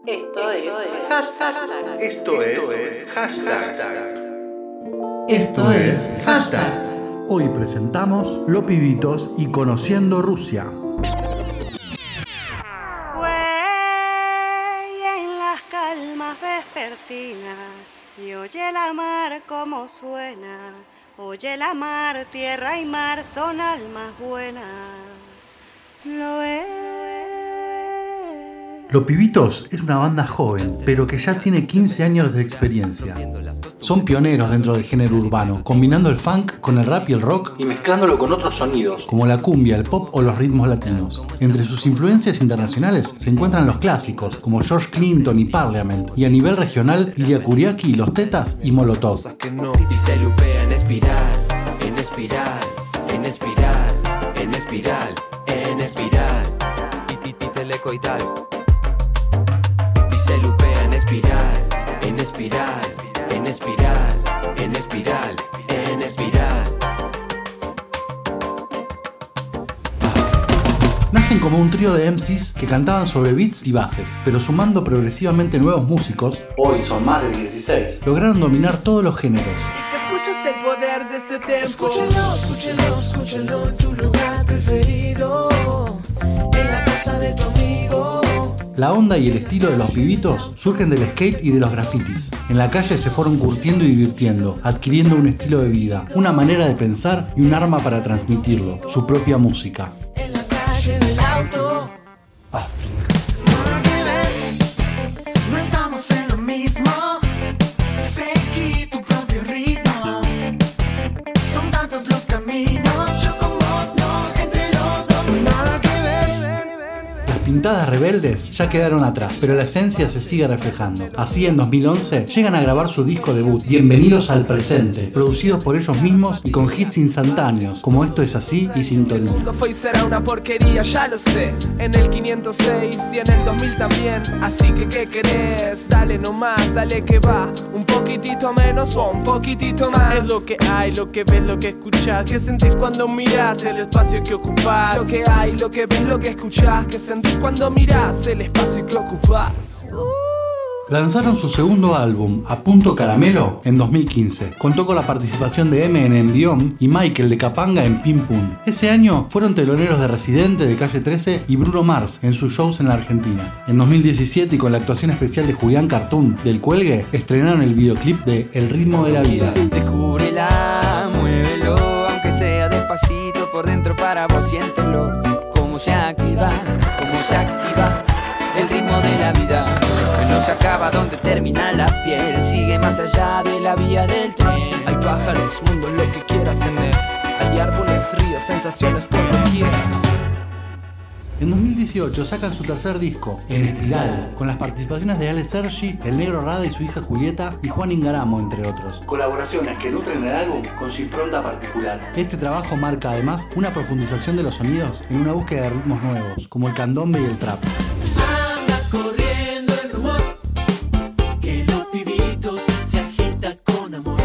Esto es hashtag. Esto es hashtag. Esto es hashtag. Hoy presentamos Los Pibitos y Conociendo Rusia. Güey, en las calmas vespertinas, y oye la mar como suena. Oye la mar, tierra y mar son almas buenas. Lo es. Los Pibitos es una banda joven, pero que ya tiene 15 años de experiencia. Son pioneros dentro del género urbano, combinando el funk con el rap y el rock Y mezclándolo con otros sonidos. como la cumbia, el pop o los ritmos latinos. Entre sus influencias internacionales se encuentran los clásicos, como George Clinton y Parliament, y a nivel regional, Ilya Kuriaki, Los Tetas y Molotov. Y se lupea en espiral, en espiral, en espiral, en espiral, en espiral, y telecoidal. Y se lupea en espiral, en espiral, en espiral, en espiral, en espiral. Nacen como un trío de MCs que cantaban sobre beats y bases, pero sumando progresivamente nuevos músicos, Hoy son más de 16. lograron dominar todos los géneros. Que escuches el poder de este tempo. Escúchalo, escúchalo, escúchalo en tu lugar preferido, en la casa de tu amigo. La onda y el estilo de Los Pibitos surgen del skate y de los grafitis. En la calle se fueron curtiendo y divirtiendo, adquiriendo un estilo de vida, una manera de pensar y un arma para transmitirlo, su propia música. En la calle del auto. Nada que ver, no estamos en lo mismo. Seguí tu propio ritmo. Son tantos los caminos. Yo con vos no, entre los dos no hay nada que ver. Las pintadas rebeldes ya quedaron atrás, pero la esencia se sigue reflejando. Así, en 2011, llegan a grabar su disco debut, Bienvenidos al Presente, producidos por ellos mismos y con hits instantáneos, como Esto es Así y Sintonía. mundo fue y será una porquería, ya lo sé. En el 506 y en el 2000 también. Así que ¿qué querés? Dale nomás, dale que va. Un poquitito menos o un poquitito más. Es lo que hay, lo que ves, lo que escuchas. ¿Qué sentís cuando mirás el espacio que ocupás? Lo que hay, lo que ves, lo que escuchás. Que sentís cuando mirás el espacio que ocupás. Lanzaron su segundo álbum, A Punto Caramelo, en 2015. Contó con la participación de M en Envión y Michael de Capanga en Pim Pum. Ese año fueron teloneros de Residente, de Calle 13 y Bruno Mars en sus shows en la Argentina. En 2017, y con la actuación especial de Julián Cartoon del Cuelgue, estrenaron el videoclip de El Ritmo de la Vida. Descúbrela, muévelo, aunque sea despacito por dentro para vos, siéntelo. Cómo se activa el ritmo de la vida. Que no se acaba donde termina la piel, sigue más allá de la vía del tren. Hay pájaros, mundo, lo que quieras tener. Hay árboles, ríos, sensaciones por doquier. En 2018 sacan su tercer disco, En Espiral, con las participaciones de Ale Sergi, El Negro Rada y su hija Julieta y Juan Ingaramo, entre otros. Colaboraciones que nutren el álbum con su impronta particular. Este trabajo marca además una profundización de los sonidos en una búsqueda de ritmos nuevos, como el candombe y el trap. Anda corriendo el rumor que los pibitos se agitan con amor.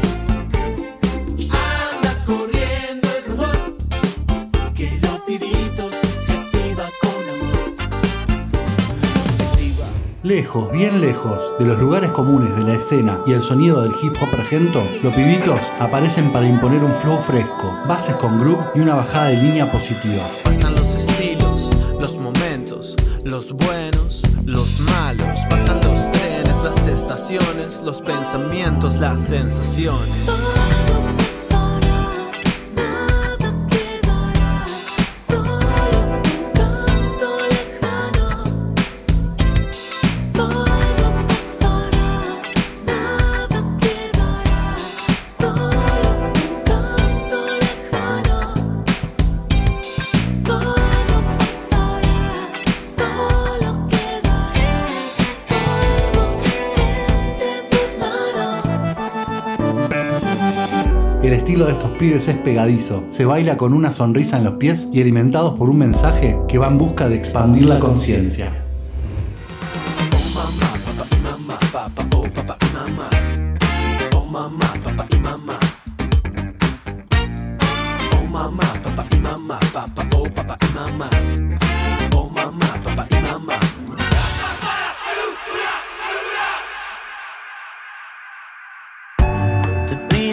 Anda corriendo el rumor que los pibitos se activan con amor. Se activa. Lejos, bien lejos de los lugares comunes de la escena y el sonido del hip hop argento, Los Pibitos aparecen para imponer un flow fresco, bases con groove y una bajada de línea positiva. Pasan los estilos, los momentos, los buenos, los malos. Pasan los trenes, las estaciones, los pensamientos, las sensaciones. El estilo de estos pibes es pegadizo, se baila con una sonrisa en los pies y alimentados por un mensaje que va en busca de expandir la conciencia. Oh mamá, papá y mamá, papá, oh papá y mamá. Oh mamá, papá y mamá. Oh mamá, papá y mamá, papá, oh papá y mamá. Oh mamá, papá y mamá.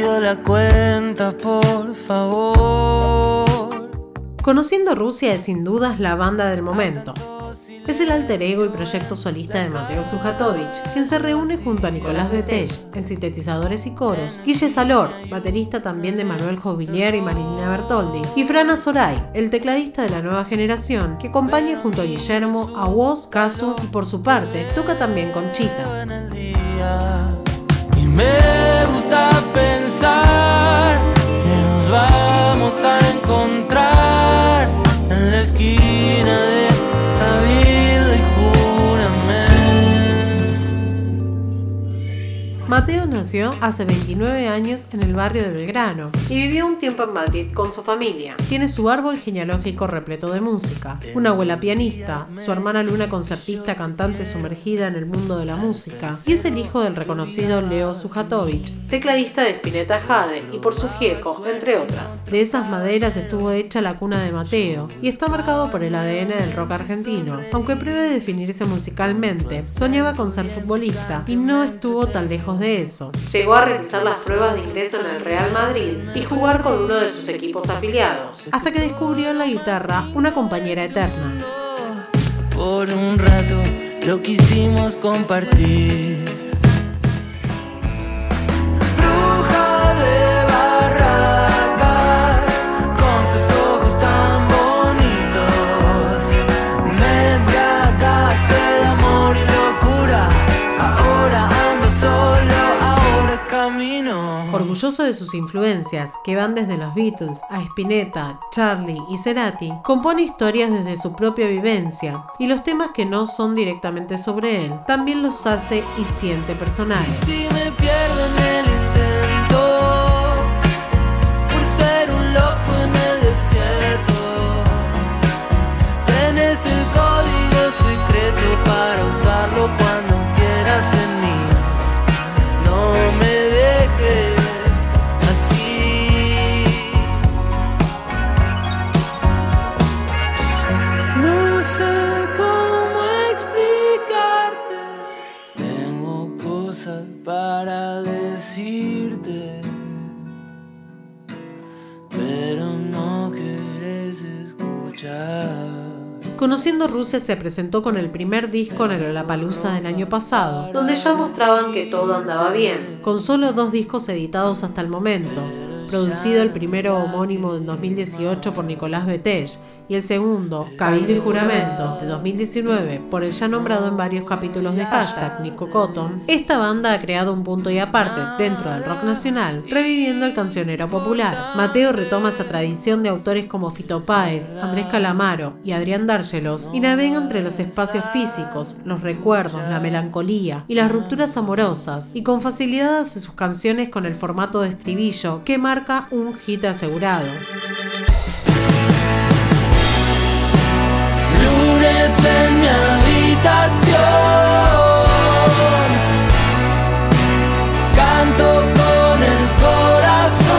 pido la cuenta, por favor. Conociendo Rusia es sin dudas la banda del momento. Es el alter ego y proyecto solista de Mateo Sujatovich, quien se reúne junto a Nicolás Betech en sintetizadores y coros, Guille Salor, baterista también de Manuel Jovillier y Marilina Bertoldi, y Fran Azoray, el tecladista de la nueva generación, que acompaña junto a Guillermo, a Woz, Casu y por su parte toca también con Chita. Y me gusta pensar que nos vamos a encontrar en la esquina de Mateo nació hace 29 años en el barrio de Belgrano y vivió un tiempo en Madrid con su familia. Tiene su árbol genealógico repleto de música, una abuela pianista, su hermana Luna concertista cantante sumergida en el mundo de la música, y es el hijo del reconocido Leo Sujatovich, tecladista de Spinetta Jade y por su Gieco, entre otras. De esas maderas estuvo hecha la cuna de Mateo y está marcado por el ADN del rock argentino. Aunque previo de definirse musicalmente, soñaba con ser futbolista y no estuvo tan lejos de eso. Llegó a realizar las pruebas de ingreso en el Real Madrid y jugar con uno de sus equipos afiliados, hasta que descubrió en la guitarra una compañera eterna. Por un rato lo quisimos compartir. Bruja de barracas, con tus ojos tan bonitos, me embriagaste de amor y locura. Ahora ando solo, ahora camino. Orgulloso de sus influencias, que van desde los Beatles a Spinetta, Charlie y Cerati, compone historias desde su propia vivencia, y los temas que no son directamente sobre él, también los hace y siente personales. Si me pierdo en el intento, por ser un loco en el desierto, tenés el código secreto para usarlo cuando quieras en mí. No me dejes así. No sé cómo explicarte. Tengo cosas para decirte, pero no querés escuchar. Conociendo Rusia se presentó con el primer disco en el Lollapalooza del año pasado, donde ya mostraban que todo andaba bien, con solo 2 discos editados hasta el momento, producido el primero homónimo en 2018 por Nicolás Betech y el segundo, Cabildo y Juramento, de 2019, por el ya nombrado en varios capítulos de Hashtag Nico Cotton. Esta banda ha creado un punto y aparte dentro del rock nacional, reviviendo el cancionero popular. Mateo retoma esa tradición de autores como Fito Páez, Andrés Calamaro y Adrián Dárgelos y navega entre los espacios físicos, los recuerdos, la melancolía y las rupturas amorosas, y con facilidad hace sus canciones con el formato de estribillo que marca un hit asegurado. Lunes en mi habitación, canto con el corazón.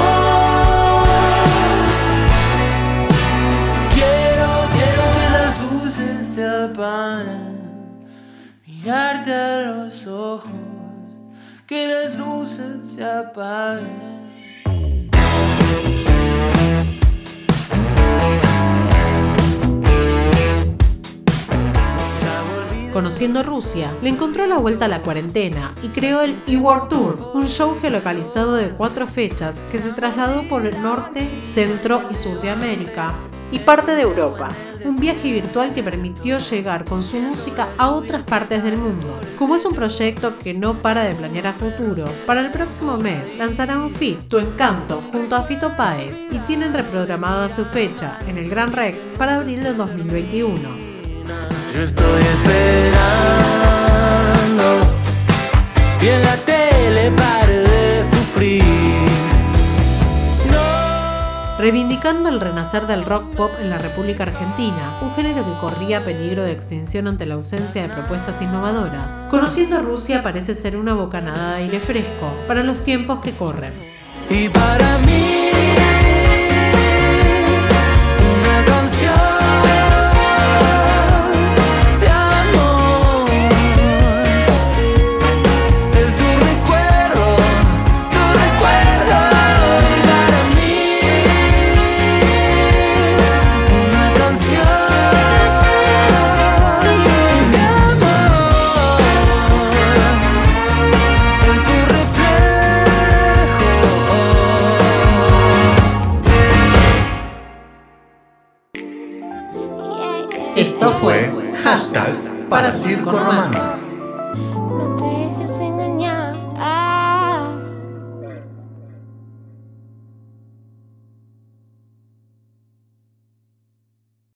Quiero que las luces se apaguen, mirarte a los ojos, que las luces se apaguen. Conociendo Rusia, le encontró la vuelta a la cuarentena y creó el eWorld Tour, un show geolocalizado de 4 fechas que se trasladó por el norte, centro y sur de América y parte de Europa. Un viaje virtual que permitió llegar con su música a otras partes del mundo. Como es un proyecto que no para de planear a futuro, para el próximo mes lanzará un feat, Tu Encanto, junto a Fito Páez, y tienen reprogramada su fecha en el Gran Rex para abril de 2021. Yo estoy esperando y en la tele pare de sufrir. No. Reivindicando el renacer del rock pop en la República Argentina, un género que corría peligro de extinción ante la ausencia de propuestas innovadoras. Conociendo Rusia parece ser una bocanada de aire fresco para los tiempos que corren. Y para mí, una canción tu recuerdo fue Hashtag para Circo Romano.